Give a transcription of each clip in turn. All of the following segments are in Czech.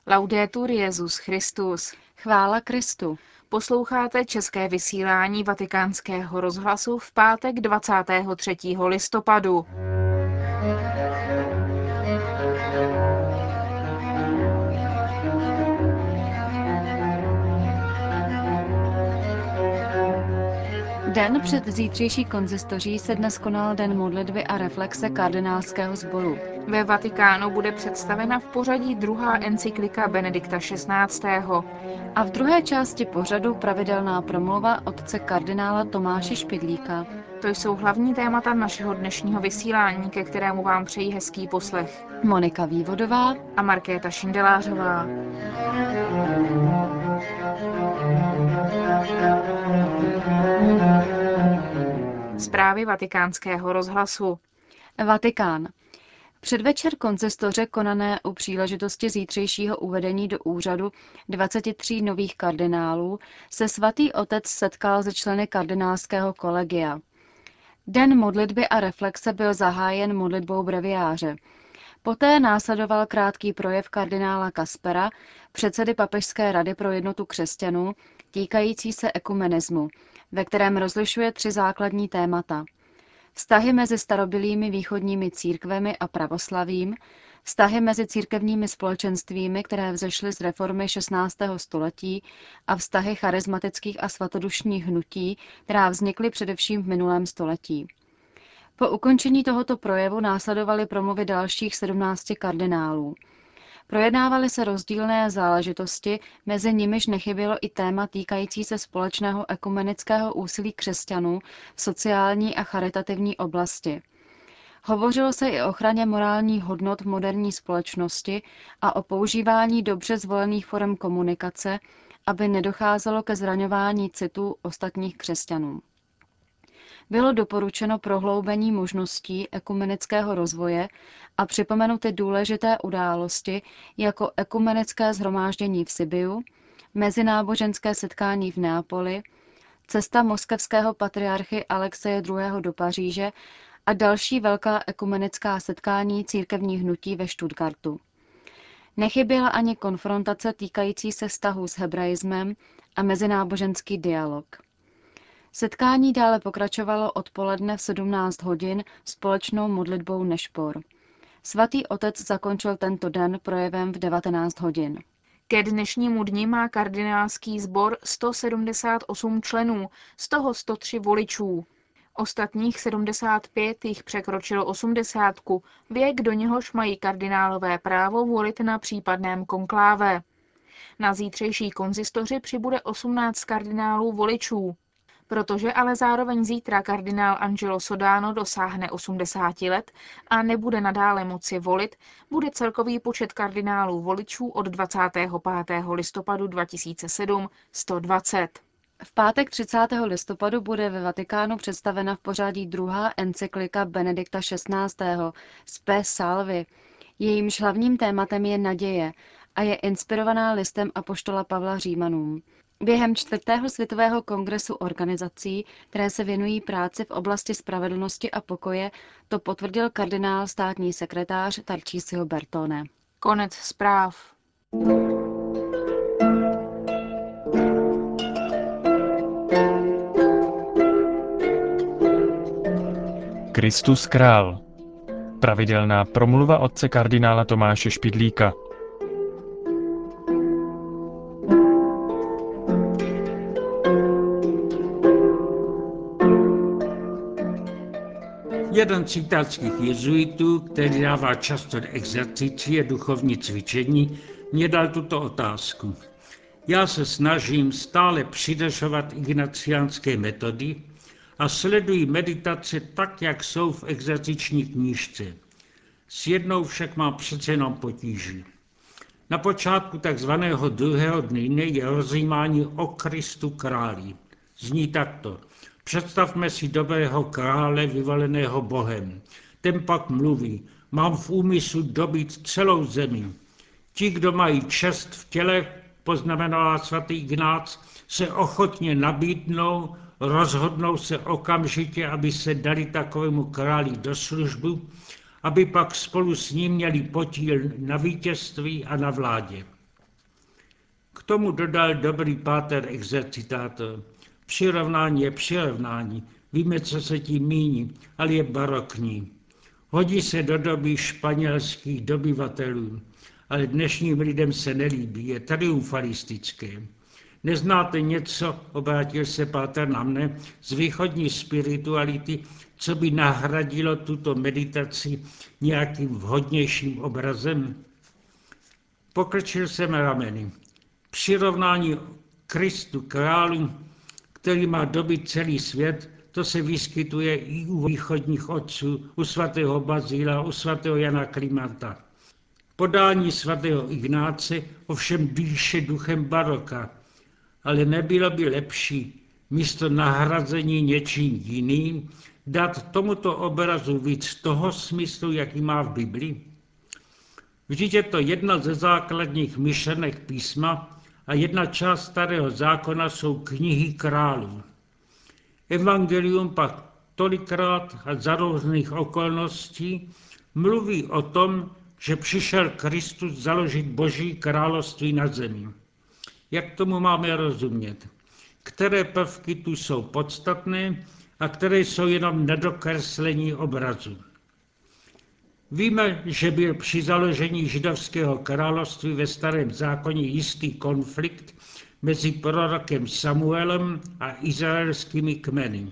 Laudetur Jesus Christus. Chvála Kristu. Posloucháte české vysílání Vatikánského rozhlasu v pátek 23. listopadu. Den před zítřejší konzistoří se dnes konal den modlitby a reflexe kardinálského sboru. Ve Vatikánu bude představena v pořadí druhá encyklika Benedikta XVI. A v druhé části pořadu pravidelná promluva otce kardinála Tomáše Špidlíka. To jsou hlavní témata našeho dnešního vysílání, ke kterému vám přejí hezký poslech Monika Vývodová a Markéta Šindelářová. Zprávy Vatikánského rozhlasu. Vatikán. Předvečer konzistoře konané u příležitosti zítřejšího uvedení do úřadu 23 nových kardinálů se svatý otec setkal se členy kardinálského kolegia. Den modlitby a reflexe byl zahájen modlitbou breviáře. Poté následoval krátký projev kardinála Kaspera, předsedy Papežské rady pro jednotu křesťanů, týkající se ekumenismu, ve kterém rozlišuje 3 základní témata. Vztahy mezi starobylými východními církvemi a pravoslavím, vztahy mezi církevními společenstvími, které vzešly z reformy 16. století, a vztahy charismatických a svatodušních hnutí, která vznikly především v minulém století. Po ukončení tohoto projevu následovaly promluvy dalších 17 kardinálů. Projednávaly se rozdílné záležitosti, mezi nimiž nechybělo i téma týkající se společného ekumenického úsilí křesťanů v sociální a charitativní oblasti. Hovořilo se i o ochraně morálních hodnot v moderní společnosti a o používání dobře zvolených forem komunikace, aby nedocházelo ke zraňování citů ostatních křesťanů. Bylo doporučeno prohloubení možností ekumenického rozvoje a připomenuty důležité události jako ekumenické shromáždění v Sibiu, mezináboženské setkání v Neapoli, cesta moskevského patriarchy Alexeje II. Do Paříže a další velká ekumenická setkání církevních hnutí ve Stuttgartu. Nechyběla ani konfrontace týkající se vztahu s hebraismem a mezináboženský dialog. Setkání dále pokračovalo odpoledne v 17 hodin společnou modlitbou Nešpor. Svatý otec zakončil tento den projevem v 19 hodin. Ke dnešnímu dni má kardinálský sbor 178 členů, z toho 103 voličů. Ostatních 75 jich překročilo 80, věk, do něhož mají kardinálové právo volit na případném konkláve. Na zítřejší konzistoři přibude 18 kardinálů voličů. Protože ale zároveň zítra kardinál Angelo Sodano dosáhne 80 let a nebude nadále moci volit, bude celkový počet kardinálů voličů od 25. listopadu 2007 120. V pátek 30. listopadu bude ve Vatikánu představena v pořadí druhá encyklika Benedikta XVI. Spe Salvi. Jejímž hlavním tématem je naděje a je inspirovaná listem apoštola Pavla Římanům. Během 4. světového kongresu organizací, které se věnují práci v oblasti spravedlnosti a pokoje, to potvrdil kardinál státní sekretář Tarcísio Bertone. Konec zpráv. Kristus král. Pravidelná promluva otce kardinála Tomáše Špidlíka. Jeden z italských jezuitů, který dává často exercicie, duchovní cvičení, mě dal tuto otázku. Já se snažím stále přidržovat ignaciánské metody a sleduji meditace tak, jak jsou v exerciční knížce. S jednou však mám přece jenom potíži. Na počátku takzvaného druhého dne je rozjímání o Kristu králi. Zní takto. Představme si dobrého krále vyvoleného Bohem. Ten pak mluví, mám v úmyslu dobít celou zemi. Ti, kdo mají čest v těle, poznamenala svatý Ignác, se ochotně nabídnou, rozhodnou se okamžitě, aby se dali takovému králi do službu, aby pak spolu s ním měli podíl na vítězství a na vládě. K tomu dodal dobrý páter exercitátor. Přirovnání je přirovnání. Víme, co se tím míní, ale je barokní. Hodí se do doby španělských dobyvatelů, ale dnešním lidem se nelíbí, je triumfalistické. Neznáte něco, obrátil se páter na mne, z východní spirituality, co by nahradilo tuto meditaci nějakým vhodnějším obrazem? Pokrčil jsem rameny. Přirovnání Kristu králu, který má dobit celý svět, to se vyskytuje i u východních otců, u svatého Bazíla, u svatého Jana Klimanta. Podání svatého Ignáce ovšem dýše duchem baroka, ale nebylo by lepší místo nahrazení něčím jiným dát tomuto obrazu víc toho smyslu, jaký má v Biblii? Vždyť je to jedna ze základních myšlenek písma a jedna část Starého zákona jsou knihy králů. Evangelium pak tolikrát a za různých okolností mluví o tom, že přišel Kristus založit Boží království na zemi. Jak tomu máme rozumět? Které prvky tu jsou podstatné a které jsou jenom nedokreslení obrazu? Víme, že byl při založení židovského království ve Starém zákoně jistý konflikt mezi prorokem Samuelem a izraelskými kmeny.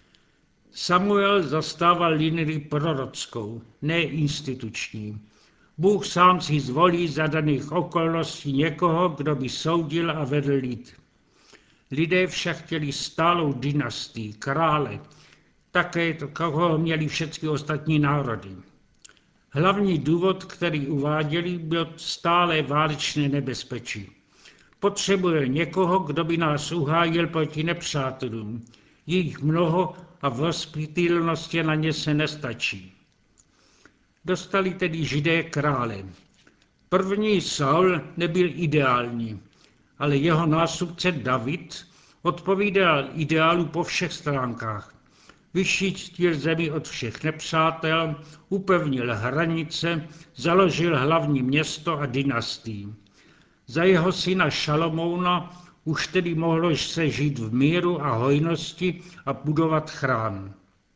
Samuel zastával linii prorockou, ne instituční. Bůh sám si zvolí za daných okolností někoho, kdo by soudil a vedl lid. Lidé však chtěli stálou dynastii, krále, také koho měli všechny ostatní národy. Hlavní důvod, který uváděli, byl stále válečné nebezpečí. Potřebuje někoho, kdo by nás uhájil proti nepřátelům. Je jich mnoho a v rozptýlenosti na ně se nestačí. Dostali tedy Židé krále. První Saul nebyl ideální, ale jeho nástupce David odpovídal ideálu po všech stránkách. Vyšítil zemi od všech nepřátel, upevnil hranice, založil hlavní město a dynastii. Za jeho syna Šalomouna už tedy mohlo se žít v míru a hojnosti a budovat chrám.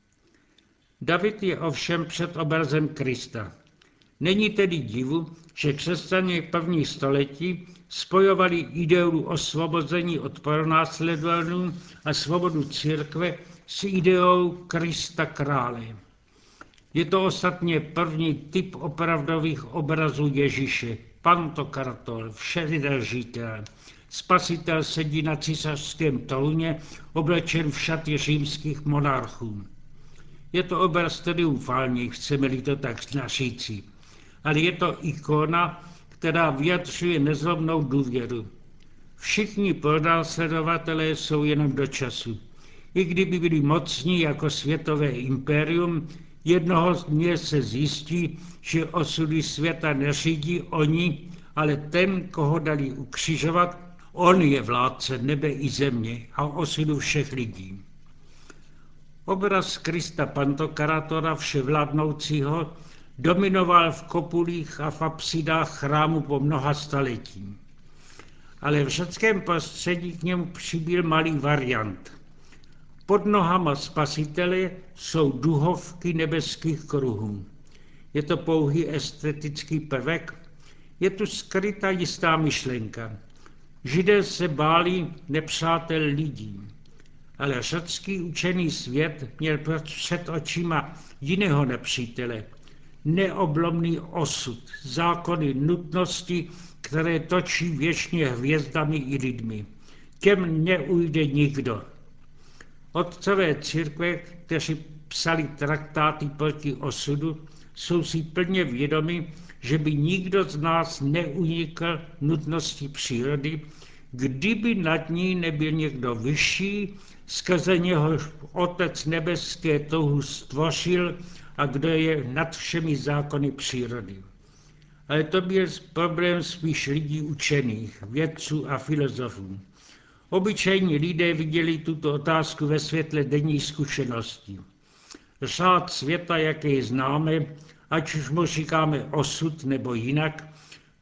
David je ovšem před obrazem Krista. Není tedy divu, že křesťané první století spojovali ideu osvobození od pronásledování a svobodu církve s ideou Krista krále. Je to ostatně první typ opravdových obrazů Ježíše, pantokrator, všedržitel. Spasitel sedí na císařském trůně, oblečen v šaty římských monarchů. Je to obraz triumfální, chceme-li to tak říci, ale je to ikona, která vyjadřuje nezlomnou důvěru. Všichni pronásledovatelé jsou jenom do času. I kdyby byli mocní jako světové impérium, jednoho dne se zjistí, že osudy světa neřídí oni, ale ten, koho dali ukřižovat, on je vládce nebe i země a osudu všech lidí. Obraz Krista Pantokratora vševládnoucího dominoval v kopulích a v apsidách chrámu po mnoha staletí. Ale v řeckém prostředí k němu přibyl malý variant. Pod nohama spasitele jsou duhovky nebeských kruhů. Je to pouhý estetický prvek? Je tu skrytá jistá myšlenka. Židé se báli nepřátel lidí, ale řecký učený svět měl před očima jiného nepřítele, neoblomný osud, zákony nutnosti, které točí věčně hvězdami i lidmi. Těm neujde nikdo. Otcové církve, kteří psali traktáty proti osudu, jsou si plně vědomi, že by nikdo z nás neunikl nutnosti přírody, kdyby nad ní nebyl někdo vyšší, skrze něhož Otec nebeské touhu stvořil a kdo je nad všemi zákony přírody. Ale to byl problém spíš lidí učených, vědců a filozofů. Obyčejní lidé viděli tuto otázku ve světle denní zkušenosti. Řád světa, jaký známe, ať už mu říkáme osud nebo jinak,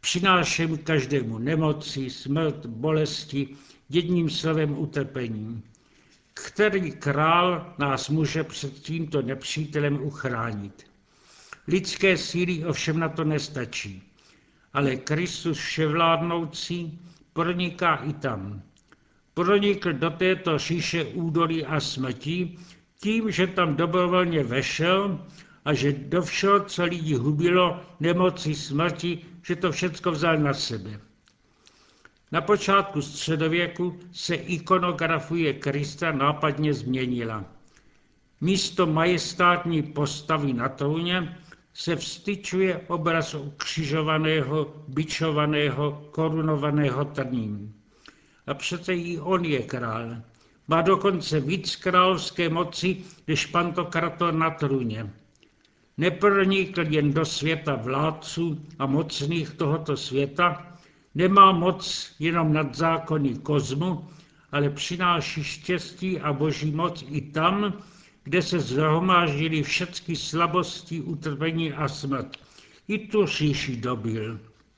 Přináším každému nemoci, smrt, bolesti, jedním slovem utrpení. Který král nás může před tímto nepřítelem uchránit? Lidské síly ovšem na to nestačí, ale Kristus vševládnoucí proniká i tam. Pronikl do této říše údolí a smrti tím, že tam dobrovolně vešel a že do všeho, co lidi hubilo, nemoci, smrti, že to všecko vzal na sebe. Na počátku středověku se ikonografie Krista nápadně změnila. Místo majestátní postavy na trůně se vztyčuje obraz ukřižovaného, bičovaného, korunovaného trním. A přece i on je král. Má dokonce víc královské moci, než pantokrator na trůně. Nepronikl jen do světa vládců a mocných tohoto světa, nemá moc jenom nad zákony kozmu, ale přináší štěstí a boží moc i tam, kde se zhromáždily všechny slabosti, utrpení a smrt. I tu říši dobil.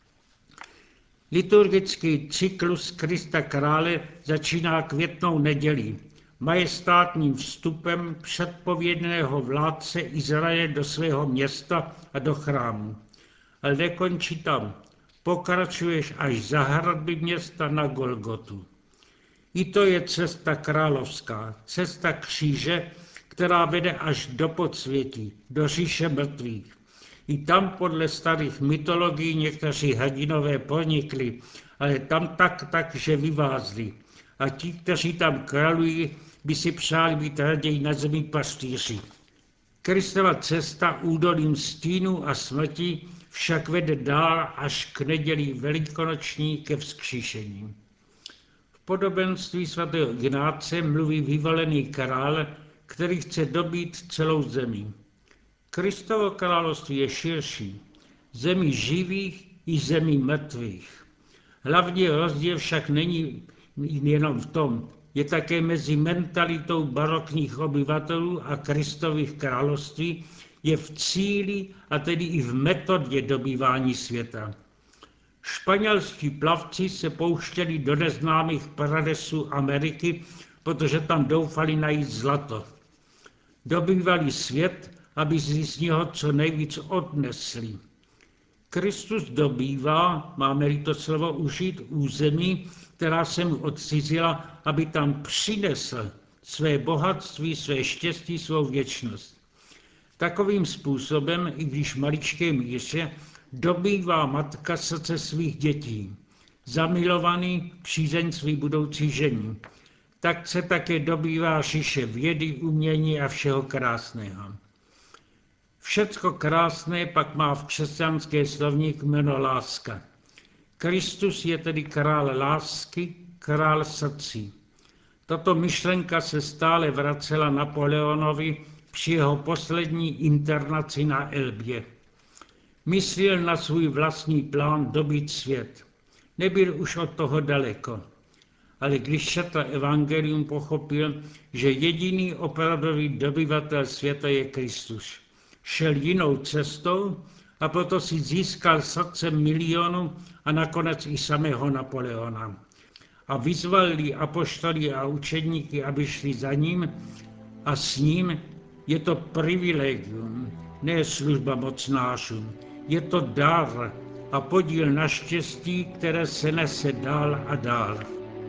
Liturgický cyklus Krista krále začíná květnou nedělí, majestátním vstupem předpovědného vládce Izraele do svého města a do chrámu. Ale nekončí tam. Pokračuješ až za hradby města na Golgotu. I to je cesta královská, cesta kříže, která vede až do podsvětí, do říše mrtvých. I tam podle starých mytologií někteří hrdinové pronikli, ale tam tak, že vyvázli. A ti, kteří tam králují, by si přáli být raději na zemi pastýři. Kristova cesta údolím stínu a smrti však vede dál až k neděli velikonoční ke vzkříšení. V podobenství svatého Ignáce mluví vyvolený král, který chce dobít celou zemi. Kristovo království je širší, zemi živých i zemi mrtvých. Hlavní rozdíl však není jenom v tom, je také mezi mentalitou barokních obyvatelů a Kristových království, je v cíli a tedy i v metodě dobývání světa. Španělští plavci se pouštěli do neznámých paradesů Ameriky, protože tam doufali najít zlato. Dobývali svět, aby si z něho co nejvíc odnesli. Kristus dobývá, máme-li to slovo užít, území, která se mu odcizila, aby tam přinesl své bohatství, své štěstí, svou věčnost. Takovým způsobem, i když maličké míře, dobývá matka srdce svých dětí, zamilovaný přízeň svých budoucí žení. Tak se také dobývá říše vědy, umění a všeho krásného. Všecko krásné pak má v křesťanské slovníku jméno láska. Kristus je tedy král lásky, král srdcí. Tato myšlenka se stále vracela Napoleonovi při jeho poslední internaci na Elbě. Myslel na svůj vlastní plán dobít svět. Nebyl už od toho daleko. Ale když četl evangelium, pochopil, že jediný opravdový dobyvatel světa je Kristus. Šel jinou cestou a proto si získal srdce milionů a nakonec i samého Napoleona. A vyzvali apoštoly a učedníky, aby šli za ním a s ním. Je to privilegium, ne služba mocnářům. Je to dar a podíl na štěstí, které se nese dál a dál.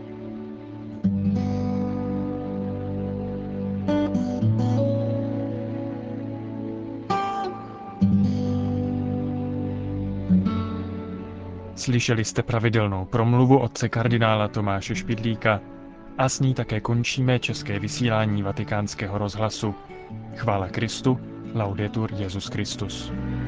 Slyšeli jste pravidelnou promluvu otce kardinála Tomáše Špidlíka a s ní také končíme české vysílání Vatikánského rozhlasu. Chvála Kristu, laudetur Jesus Christus.